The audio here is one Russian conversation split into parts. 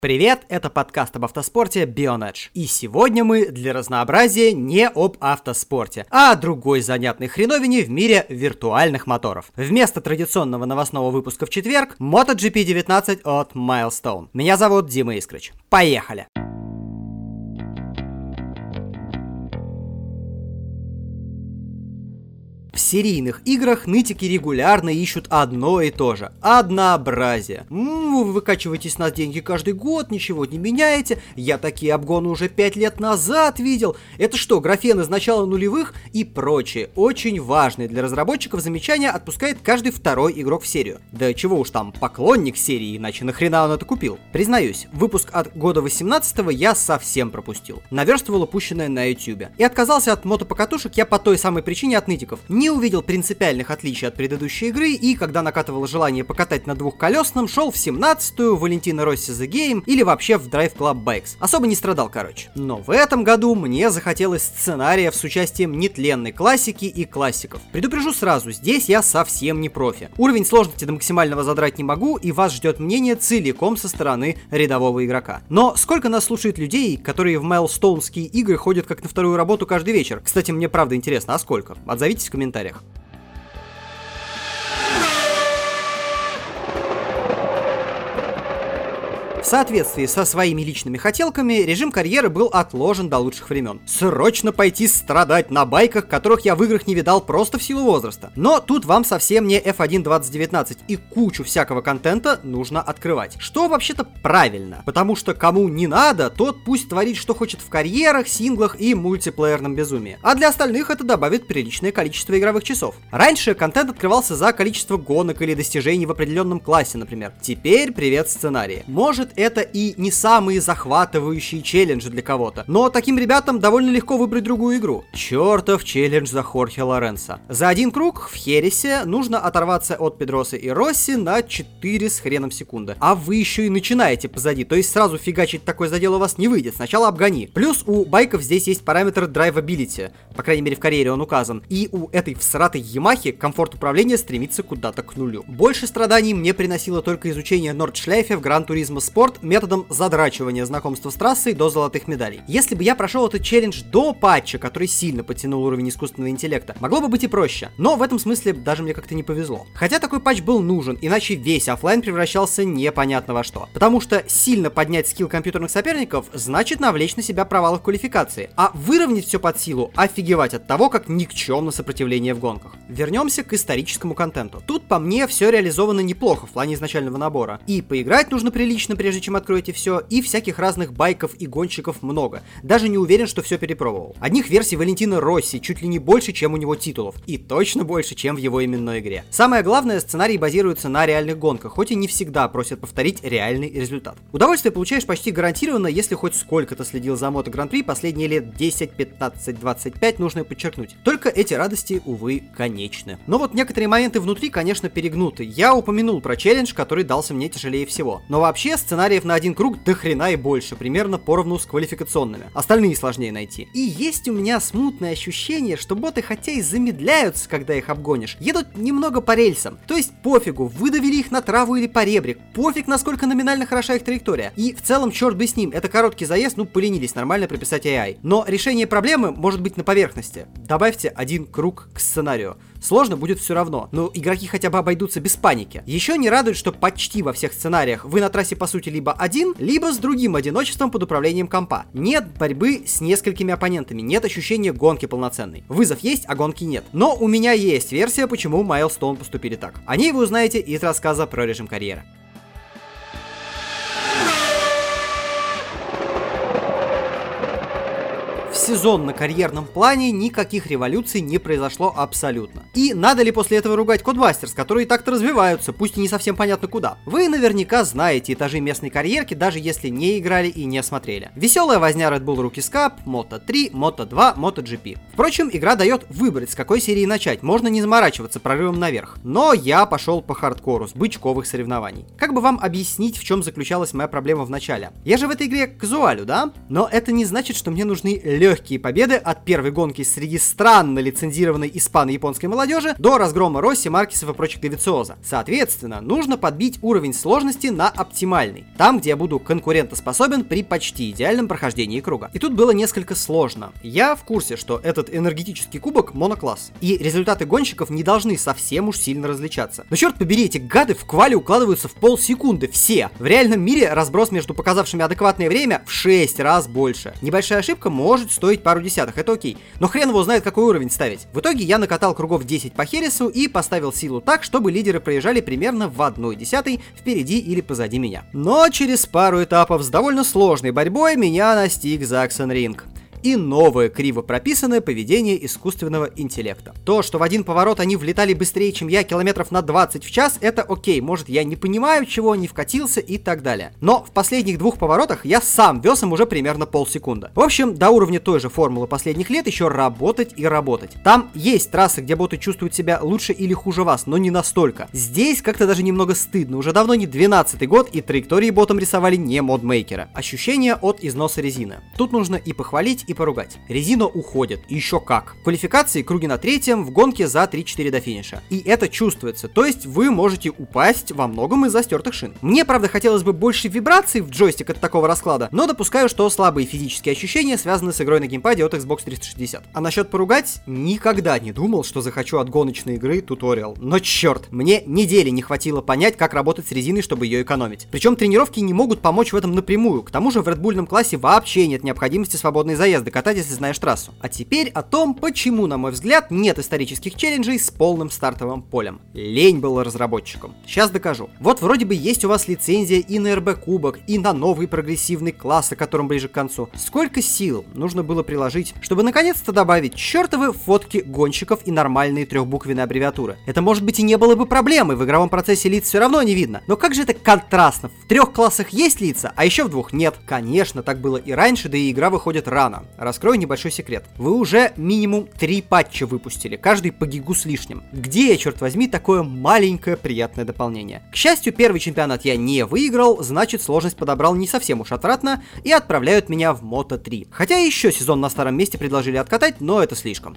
Привет, это подкаст об автоспорте Bionedge. И сегодня мы для разнообразия не об автоспорте, а о другой занятной хреновине в мире виртуальных моторов. Вместо традиционного новостного выпуска в четверг, MotoGP 19 от Milestone. Меня зовут Дима Искрыч. Поехали! В серийных играх нытики регулярно ищут одно и то же – однообразие. Вы выкачиваете с нас деньги каждый год, ничего не меняете, я такие обгоны уже 5 лет назад видел. Это что, графен из начала нулевых и прочее. Очень важные для разработчиков замечания отпускает каждый второй игрок в серию. Да чего уж там, поклонник серии, иначе нахрена он это купил? Признаюсь, выпуск от года 18-го я совсем пропустил. Наверстывал упущенное на YouTube. И отказался от мотопокатушек я по той самой причине от нытиков. Не увидел принципиальных отличий от предыдущей игры, и когда накатывало желание покатать на двухколесном, шел в 17-ю, Валентино Росси The Game или вообще в Drive Club Bikes. Особо не страдал, короче. Но в этом году мне захотелось сценариев с участием нетленной классики и классиков. Предупрежу сразу, здесь я совсем не профи. Уровень сложности до максимального задрать не могу, и вас ждет мнение целиком со стороны рядового игрока. Но сколько нас слушает людей, которые в Milestone'ские игры ходят как на вторую работу каждый вечер? Кстати, мне правда интересно, а сколько? Отзовитесь в комментариях. В соответствии со своими личными хотелками, режим карьеры был отложен до лучших времен. Срочно пойти страдать на байках, которых я в играх не видал просто в силу возраста. Но тут вам совсем не F1 2019, и кучу всякого контента нужно открывать. Что вообще-то правильно, потому что кому не надо, тот пусть творит, что хочет в карьерах, синглах и мультиплеерном безумии. А для остальных это добавит приличное количество игровых часов. Раньше контент открывался за количество гонок или достижений в определенном классе, например. Теперь привет сценарии. Может, это и не самые захватывающие челленджи для кого-то, но таким ребятам довольно легко выбрать другую игру. Чертов челлендж за Хорхе Лоренсо. За один круг в Хересе нужно оторваться от Педросы и Росси на 4 с хреном секунды. А вы еще и начинаете позади, то есть сразу фигачить такой задел у вас не выйдет, сначала обгони. Плюс у байков здесь есть параметр Drivability, по крайней мере в карьере он указан, и у этой всратой Ямахи комфорт управления стремится куда-то к нулю. Больше страданий мне приносило только изучение Nordschleife в Gran Turismo Sport методом задрачивания знакомства с трассой до золотых медалей. Если бы я прошел этот челлендж до патча, который сильно подтянул уровень искусственного интеллекта, могло бы быть и проще. Но в этом смысле даже мне как-то не повезло. Хотя такой патч был нужен, иначе весь офлайн превращался непонятно во что. Потому что сильно поднять скилл компьютерных соперников значит навлечь на себя провалы в квалификации, а выровнять все под силу офигевать от того, как никчемно сопротивление в гонках. Вернемся к историческому контенту. Тут по мне все реализовано неплохо в плане изначального набора. И поиграть нужно прилично, прежде чем откроете все, и всяких разных байков и гонщиков много. Даже не уверен, что все перепробовал. Одних версий Валентино Росси чуть ли не больше, чем у него титулов. И точно больше, чем в его именной игре. Самое главное, сценарий базируется на реальных гонках, хоть и не всегда просят повторить реальный результат. Удовольствие получаешь почти гарантированно, если хоть сколько-то следил за Мото Гран-при последние лет 10, 15, 25, нужно подчеркнуть. Только эти радости, увы, конечны. Но вот некоторые моменты внутри, конечно, перегнуты. Я упомянул про челлендж, который дался мне тяжелее всего. Но вообще сценариев на один круг до хрена и больше, примерно поровну с квалификационными. Остальные сложнее найти. И есть у меня смутное ощущение, что боты хотя и замедляются, когда их обгонишь, едут немного по рельсам. То есть пофигу, выдавили их на траву или поребрик, пофиг, насколько номинально хороша их траектория. И в целом, черт бы с ним, это короткий заезд, поленились нормально прописать AI. Но решение проблемы может быть на поверхности. Добавьте один круг к сценарию. Сложно будет все равно, но игроки хотя бы обойдутся без паники. Еще не радует, что почти во всех сценариях вы на трассе по сути либо один, либо с другим одиночеством под управлением компа. Нет борьбы с несколькими оппонентами, нет ощущения гонки полноценной. Вызов есть, а гонки нет. Но у меня есть версия, почему Milestone поступили так. О ней вы узнаете из рассказа про режим карьеры. Сезон на карьерном плане никаких революций не произошло абсолютно. И надо ли после этого ругать Codemasters, которые так-то развиваются, пусть и не совсем понятно куда? Вы наверняка знаете этажи местной карьерки, даже если не играли и не смотрели. Веселая возня Red Bull Rookies Cup, Moto 3, Moto 2, MotoGP. Впрочем, игра дает выбрать, с какой серии начать, можно не заморачиваться прорывом наверх. Но я пошел по хардкору с бычковых соревнований. Как бы вам объяснить, в чем заключалась моя проблема в начале? Я же в этой игре казуалю, да? Но это не значит, что мне нужны легкие легкие победы от первой гонки среди странно лицензированной испано-японской молодежи до разгрома Росси, Маркесов и прочих Довициоза. Соответственно, нужно подбить уровень сложности на оптимальный, там, где я буду конкурентоспособен при почти идеальном прохождении круга. И тут было несколько сложно. Я в курсе, что этот энергетический кубок монокласс, и результаты гонщиков не должны совсем уж сильно различаться. Но черт побери, эти гады в квале укладываются в полсекунды, все. В реальном мире разброс между показавшими адекватное время в 6 раз больше. Небольшая ошибка может стоить пару десятых, это окей. Но хрен его знает, какой уровень ставить. В итоге я накатал кругов 10 по Хересу и поставил силу так, чтобы лидеры проезжали примерно в 1/10 впереди или позади меня. Но через пару этапов с довольно сложной борьбой меня настиг Саксенринг. И новое криво прописанное поведение искусственного интеллекта. То, что в один поворот они влетали быстрее, чем я, километров на 20 в час, это окей, может я не понимаю, чего не вкатился и так далее. Но в последних двух поворотах я сам вез им уже примерно полсекунды. В общем, до уровня той же формулы последних лет еще работать и работать. Там есть трассы, где боты чувствуют себя лучше или хуже вас, но не настолько. Здесь как-то даже немного стыдно, уже давно не 12-й год и траектории ботом рисовали не модмейкеры. Ощущение от износа резины. Тут нужно и похвалить, и поругать. Резина уходит, и еще как. В квалификации круги на третьем, в гонке за 3-4 до финиша. И это чувствуется, то есть вы можете упасть во многом из-за стертых шин. Мне, правда, хотелось бы больше вибраций в джойстик от такого расклада, но допускаю, что слабые физические ощущения связаны с игрой на геймпаде от Xbox 360. А насчет поругать, никогда не думал, что захочу от гоночной игры туториал. Но черт, мне недели не хватило понять, как работать с резиной, чтобы ее экономить. Причем тренировки не могут помочь в этом напрямую. К тому же в редбульном классе вообще нет необходимости свободной заезды катать, если знаешь трассу. А теперь о том, почему, на мой взгляд, нет исторических челленджей с полным стартовым полем. Лень было разработчикам. Сейчас докажу. Вот вроде бы есть у вас лицензия и на РБ кубок, и на новый прогрессивный класс, о котором ближе к концу. Сколько сил нужно было приложить, чтобы наконец-то добавить чертовы фотки гонщиков и нормальные трехбуквенные аббревиатуры. Это, может быть, и не было бы проблемой, в игровом процессе лиц все равно не видно. Но как же это контрастно. В 3 классах есть лица, а еще в 2 нет. Конечно, так было и раньше, да и игра выходит рано. Раскрою небольшой секрет. Вы уже минимум 3 патча выпустили, каждый по гигу с лишним. Где я, черт возьми, такое маленькое приятное дополнение? К счастью, первый чемпионат я не выиграл, значит сложность подобрал не совсем уж отвратно, и отправляют меня в Moto 3. Хотя еще сезон на старом месте предложили откатать, но это слишком.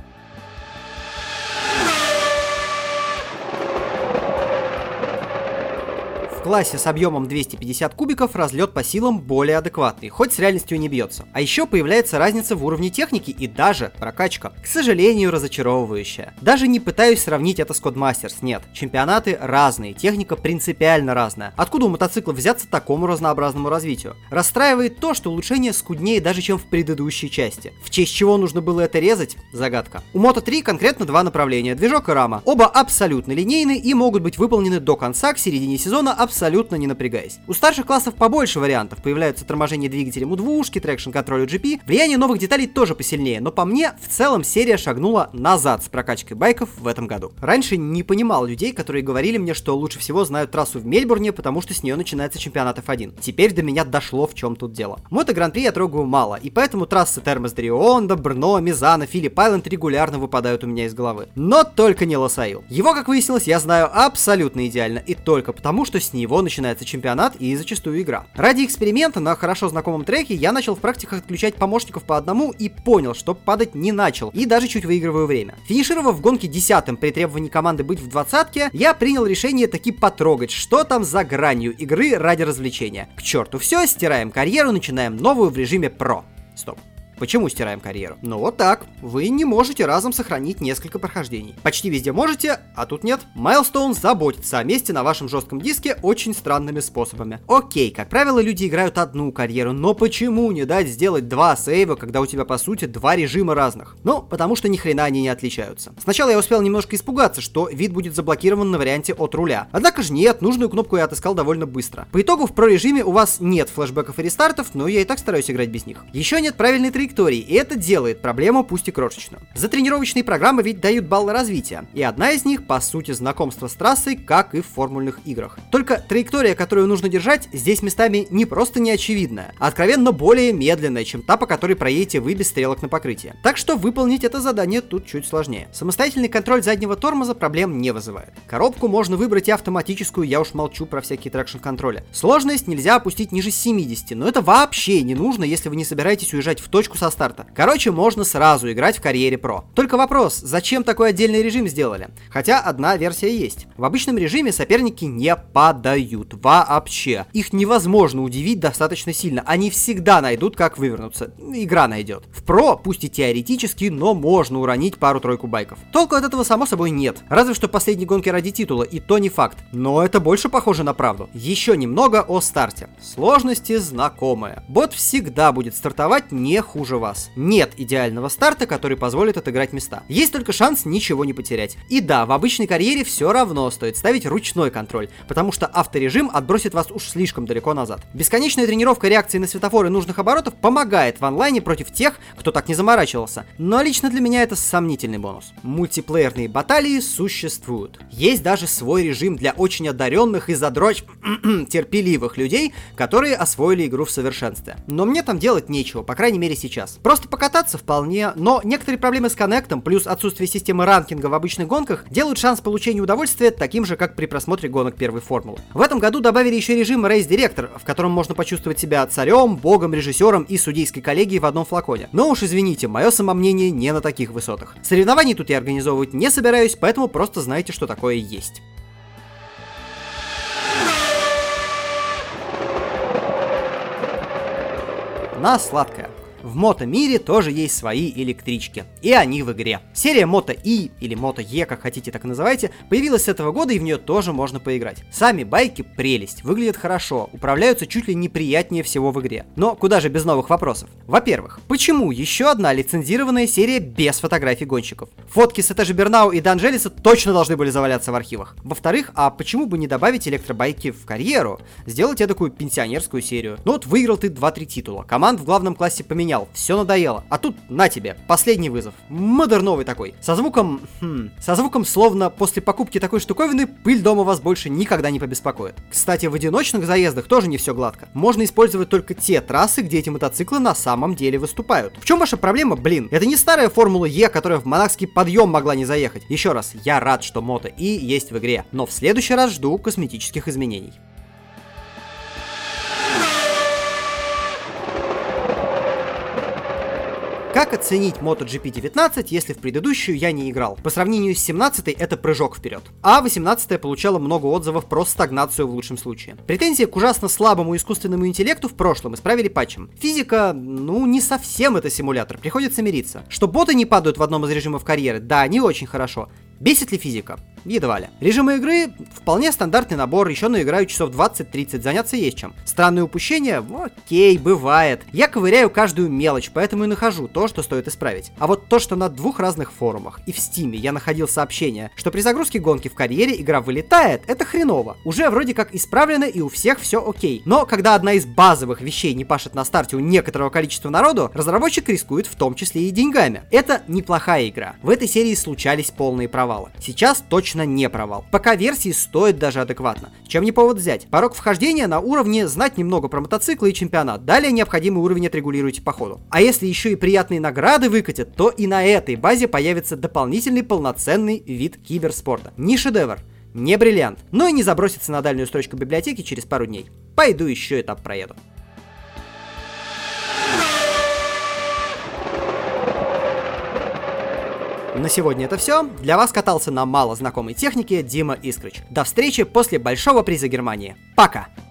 В классе с объемом 250 кубиков разлет по силам более адекватный, хоть с реальностью не бьется. А еще появляется разница в уровне техники и даже прокачка. К сожалению, разочаровывающая. Даже не пытаюсь сравнить это с Codemasters, нет. Чемпионаты разные, техника принципиально разная. Откуда у мотоциклов взяться такому разнообразному развитию? Расстраивает то, что улучшение скуднее даже, чем в предыдущей части. В честь чего нужно было это резать? Загадка. У Moto 3 конкретно 2 направления, движок и рама. Оба абсолютно линейны и могут быть выполнены до конца, к середине сезона, абсолютно не напрягаясь. У старших классов побольше вариантов, появляются торможение двигателем у двушки, трекшн контроль UGP, влияние новых деталей тоже посильнее, но по мне, в целом серия шагнула назад с прокачкой байков в этом году. Раньше не понимал людей, которые говорили мне, что лучше всего знают трассу в Мельбурне, потому что с нее начинается чемпионат F1. Теперь до меня дошло, в чем тут дело. Мото Гран-при я трогаю мало, и поэтому трассы Термос де Рионда, Брно, Мизана, Филипп Айленд регулярно выпадают у меня из головы. Но только не Лосаил. Его, как выяснилось, я знаю абсолютно идеально, и только потому, что с него начинается чемпионат и зачастую игра. Ради эксперимента на хорошо знакомом треке я начал в практиках отключать помощников по одному и понял, что падать не начал, и даже чуть выигрываю время. Финишировав в гонке 10-м при требовании команды быть в 20-ке, я принял решение таки потрогать, что там за гранью игры ради развлечения. К черту все, стираем карьеру, начинаем новую в режиме Pro. Стоп. Почему стираем карьеру? Ну вот так. Вы не можете разом сохранить несколько прохождений. Почти везде можете, а тут нет. Milestone заботится о месте на вашем жестком диске очень странными способами. Окей, как правило, люди играют одну карьеру, но почему не дать сделать 2 сейва, когда у тебя по сути 2 режима разных? Ну, потому что ни хрена они не отличаются. Сначала я успел немножко испугаться, что вид будет заблокирован на варианте от руля. Однако же нет, нужную кнопку я отыскал довольно быстро. По итогу в про-режиме у вас нет флешбеков и рестартов, но я и так стараюсь играть без них. Еще нет правильной траектории, и это делает проблему пусть и крошечную. За тренировочные программы ведь дают баллы развития, и одна из них, по сути, знакомство с трассой, как и в формульных играх. Только траектория, которую нужно держать, здесь местами не просто неочевидная, а откровенно более медленная, чем та, по которой проедете вы без стрелок на покрытие. Так что выполнить это задание тут чуть сложнее. Самостоятельный контроль заднего тормоза проблем не вызывает. Коробку можно выбрать и автоматическую, я уж молчу про всякие трекшн-контроли. Сложность нельзя опустить ниже 70, но это вообще не нужно, если вы не собираетесь уезжать в точку, фишку со старта. Короче, можно сразу играть в карьере Pro. Только вопрос, зачем такой отдельный режим сделали? Хотя одна версия есть. В обычном режиме соперники не падают вообще. Их невозможно удивить достаточно сильно. Они всегда найдут, как вывернуться. Игра найдет. В Pro, пусть и теоретически, но можно уронить пару-тройку байков. Толку от этого, само собой, нет. Разве что последней гонки ради титула, и то не факт. Но это больше похоже на правду. Еще немного о старте. Сложности знакомые. Бот всегда будет стартовать не хуже вас. Нет идеального старта, который позволит отыграть места. Есть только шанс ничего не потерять. И да, в обычной карьере все равно стоит ставить ручной контроль, потому что авторежим отбросит вас уж слишком далеко назад. Бесконечная тренировка реакции на светофоры нужных оборотов помогает в онлайне против тех, кто так не заморачивался. Но лично для меня это сомнительный бонус. Мультиплеерные баталии существуют. Есть даже свой режим для очень одаренных и терпеливых людей, которые освоили игру в совершенстве. Но мне там делать нечего, по крайней мере сейчас. Просто покататься вполне, но некоторые проблемы с коннектом, плюс отсутствие системы ранкинга в обычных гонках, делают шанс получения удовольствия таким же, как при просмотре гонок первой формулы. В этом году добавили еще режим Race Director, в котором можно почувствовать себя царем, богом, режиссером и судейской коллегией в одном флаконе. Но уж извините, мое самомнение не на таких высотах. Соревнований тут я организовывать не собираюсь, поэтому просто знайте, что такое есть. На сладкое. В мото-мире тоже есть свои электрички, и они в игре. Серия Мото-И, или Мото-Е, как хотите так называйте, появилась с этого года, и в нее тоже можно поиграть. Сами байки прелесть, выглядят хорошо, управляются чуть ли не приятнее всего в игре. Но куда же без новых вопросов? Во-первых, почему еще одна лицензированная серия без фотографий гонщиков? Фотки с Этажи Бернау и Данжелиса точно должны были заваляться в архивах. Во-вторых, а почему бы не добавить электробайки в карьеру? Сделать такую пенсионерскую серию. Ну вот выиграл ты 2-3 титула, команд в главном классе поменял. Все надоело. А тут, на тебе, последний вызов. Модерновый такой. Со звуком словно после покупки такой штуковины пыль дома вас больше никогда не побеспокоит. Кстати, в одиночных заездах тоже не все гладко. Можно использовать только те трассы, где эти мотоциклы на самом деле выступают. В чем ваша проблема, блин? Это не старая Формула Е, которая в монахский подъем могла не заехать. Еще раз, я рад, что Мото-И есть в игре, но в следующий раз жду косметических изменений. Как оценить MotoGP 19, если в предыдущую я не играл? По сравнению с 17-й это прыжок вперед. А 18-я получала много отзывов про стагнацию в лучшем случае. Претензии к ужасно слабому искусственному интеллекту в прошлом исправили патчем. Физика, не совсем это симулятор, приходится мириться. Что боты не падают в одном из режимов карьеры, да, не очень хорошо. Бесит ли физика? Едва ли. Режимы игры вполне стандартный набор, еще наиграю часов 20-30, заняться есть чем. Странные упущения? Окей, бывает. Я ковыряю каждую мелочь, поэтому и нахожу то, что стоит исправить. А вот то, что на двух разных форумах и в Стиме я находил сообщение, что при загрузке гонки в карьере игра вылетает, это хреново. Уже вроде как исправлено и у всех все окей. Но когда одна из базовых вещей не пашет на старте у некоторого количества народу, разработчик рискует в том числе и деньгами. Это неплохая игра. В этой серии случались полные провалы. Сейчас точно не провал. Пока версии стоит даже адекватно. Чем не повод взять? Порог вхождения на уровне знать немного про мотоциклы и чемпионат. Далее необходимый уровень отрегулируйте по ходу. А если еще и приятные награды выкатят, то и на этой базе появится дополнительный полноценный вид киберспорта. Не шедевр, не бриллиант, но и не забросится на дальнюю строчку библиотеки через пару дней. Пойду еще этап проеду. На сегодня это все. Для вас катался на мало знакомой технике Дима Искрыч. До встречи после большого приза Германии. Пока!